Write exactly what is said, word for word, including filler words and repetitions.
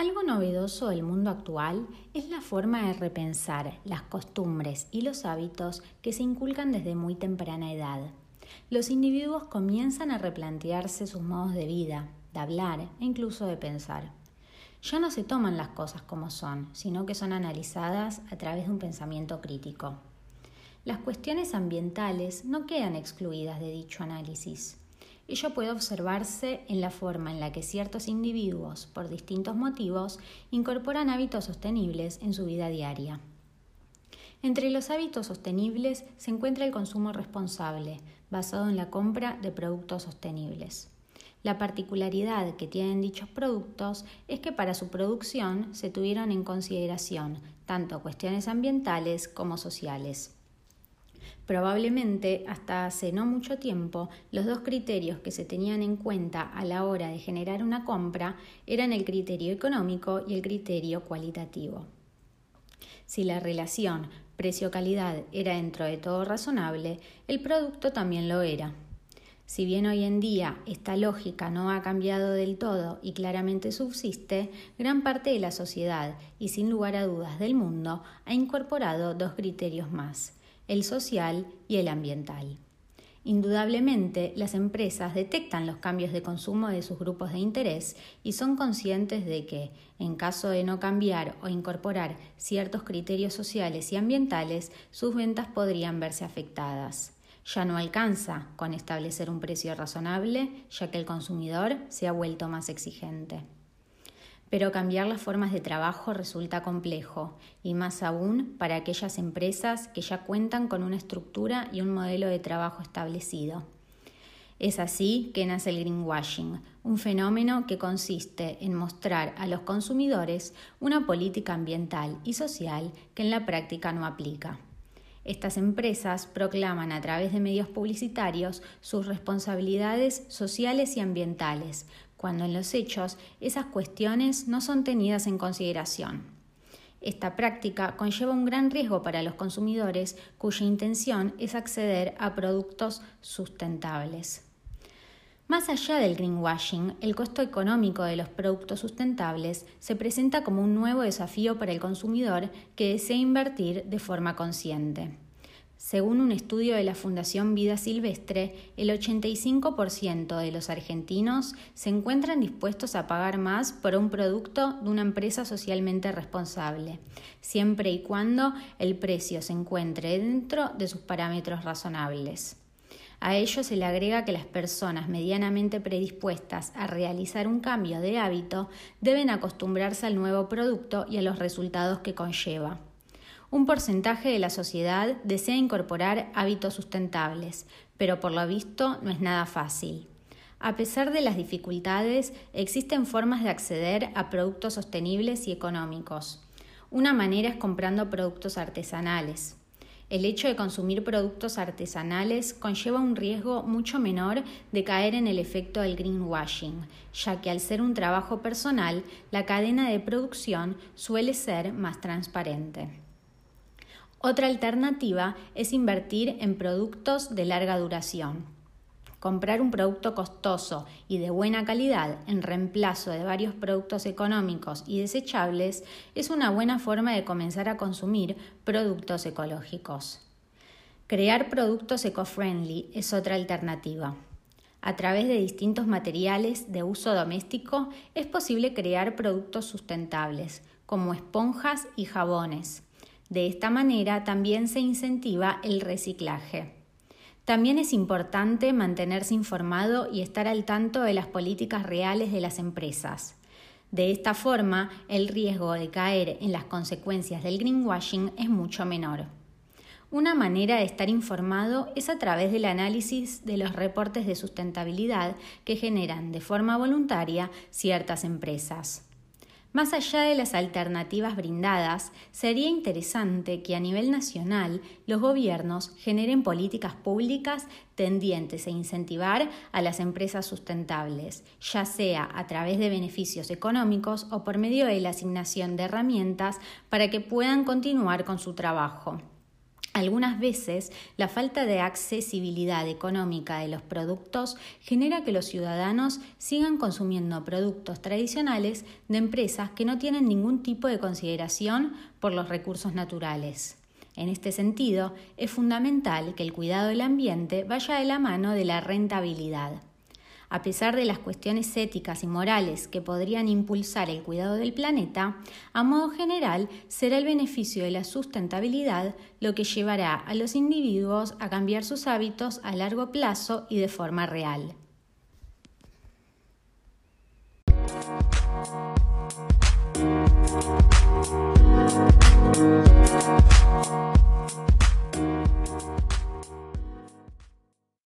Algo novedoso del mundo actual es la forma de repensar las costumbres y los hábitos que se inculcan desde muy temprana edad. Los individuos comienzan a replantearse sus modos de vida, de hablar e incluso de pensar. Ya no se toman las cosas como son, sino que son analizadas a través de un pensamiento crítico. Las cuestiones ambientales no quedan excluidas de dicho análisis. Ello puede observarse en la forma en la que ciertos individuos, por distintos motivos, incorporan hábitos sostenibles en su vida diaria. Entre los hábitos sostenibles se encuentra el consumo responsable, basado en la compra de productos sostenibles. La particularidad que tienen dichos productos es que para su producción se tuvieron en consideración tanto cuestiones ambientales como sociales. Probablemente, hasta hace no mucho tiempo, los dos criterios que se tenían en cuenta a la hora de generar una compra eran el criterio económico y el criterio cualitativo. Si la relación precio-calidad era dentro de todo razonable, el producto también lo era. Si bien hoy en día esta lógica no ha cambiado del todo y claramente subsiste, gran parte de la sociedad y sin lugar a dudas del mundo ha incorporado dos criterios más: el social y el ambiental. Indudablemente, las empresas detectan los cambios de consumo de sus grupos de interés y son conscientes de que, en caso de no cambiar o incorporar ciertos criterios sociales y ambientales, sus ventas podrían verse afectadas. Ya no alcanza con establecer un precio razonable, ya que el consumidor se ha vuelto más exigente. Pero cambiar las formas de trabajo resulta complejo, y más aún para aquellas empresas que ya cuentan con una estructura y un modelo de trabajo establecido. Es así que nace el greenwashing, un fenómeno que consiste en mostrar a los consumidores una política ambiental y social que en la práctica no aplica. Estas empresas proclaman a través de medios publicitarios sus responsabilidades sociales y ambientales, cuando en los hechos esas cuestiones no son tenidas en consideración. Esta práctica conlleva un gran riesgo para los consumidores cuya intención es acceder a productos sustentables. Más allá del greenwashing, el costo económico de los productos sustentables se presenta como un nuevo desafío para el consumidor que desea invertir de forma consciente. Según un estudio de la Fundación Vida Silvestre, el ochenta y cinco por ciento de los argentinos se encuentran dispuestos a pagar más por un producto de una empresa socialmente responsable, siempre y cuando el precio se encuentre dentro de sus parámetros razonables. A ello se le agrega que las personas medianamente predispuestas a realizar un cambio de hábito deben acostumbrarse al nuevo producto y a los resultados que conlleva. Un porcentaje de la sociedad desea incorporar hábitos sustentables, pero por lo visto no es nada fácil. A pesar de las dificultades, existen formas de acceder a productos sostenibles y económicos. Una manera es comprando productos artesanales. El hecho de consumir productos artesanales conlleva un riesgo mucho menor de caer en el efecto del greenwashing, ya que al ser un trabajo personal, la cadena de producción suele ser más transparente. Otra alternativa es invertir en productos de larga duración. Comprar un producto costoso y de buena calidad en reemplazo de varios productos económicos y desechables es una buena forma de comenzar a consumir productos ecológicos. Crear productos eco-friendly es otra alternativa. A través de distintos materiales de uso doméstico es posible crear productos sustentables, como esponjas y jabones. De esta manera también se incentiva el reciclaje. También es importante mantenerse informado y estar al tanto de las políticas reales de las empresas. De esta forma, el riesgo de caer en las consecuencias del greenwashing es mucho menor. Una manera de estar informado es a través del análisis de los reportes de sustentabilidad que generan de forma voluntaria ciertas empresas. Más allá de las alternativas brindadas, sería interesante que a nivel nacional los gobiernos generen políticas públicas tendientes a incentivar a las empresas sustentables, ya sea a través de beneficios económicos o por medio de la asignación de herramientas para que puedan continuar con su trabajo. Algunas veces, la falta de accesibilidad económica de los productos genera que los ciudadanos sigan consumiendo productos tradicionales de empresas que no tienen ningún tipo de consideración por los recursos naturales. En este sentido, es fundamental que el cuidado del ambiente vaya de la mano de la rentabilidad. A pesar de las cuestiones éticas y morales que podrían impulsar el cuidado del planeta, a modo general será el beneficio de la sustentabilidad lo que llevará a los individuos a cambiar sus hábitos a largo plazo y de forma real.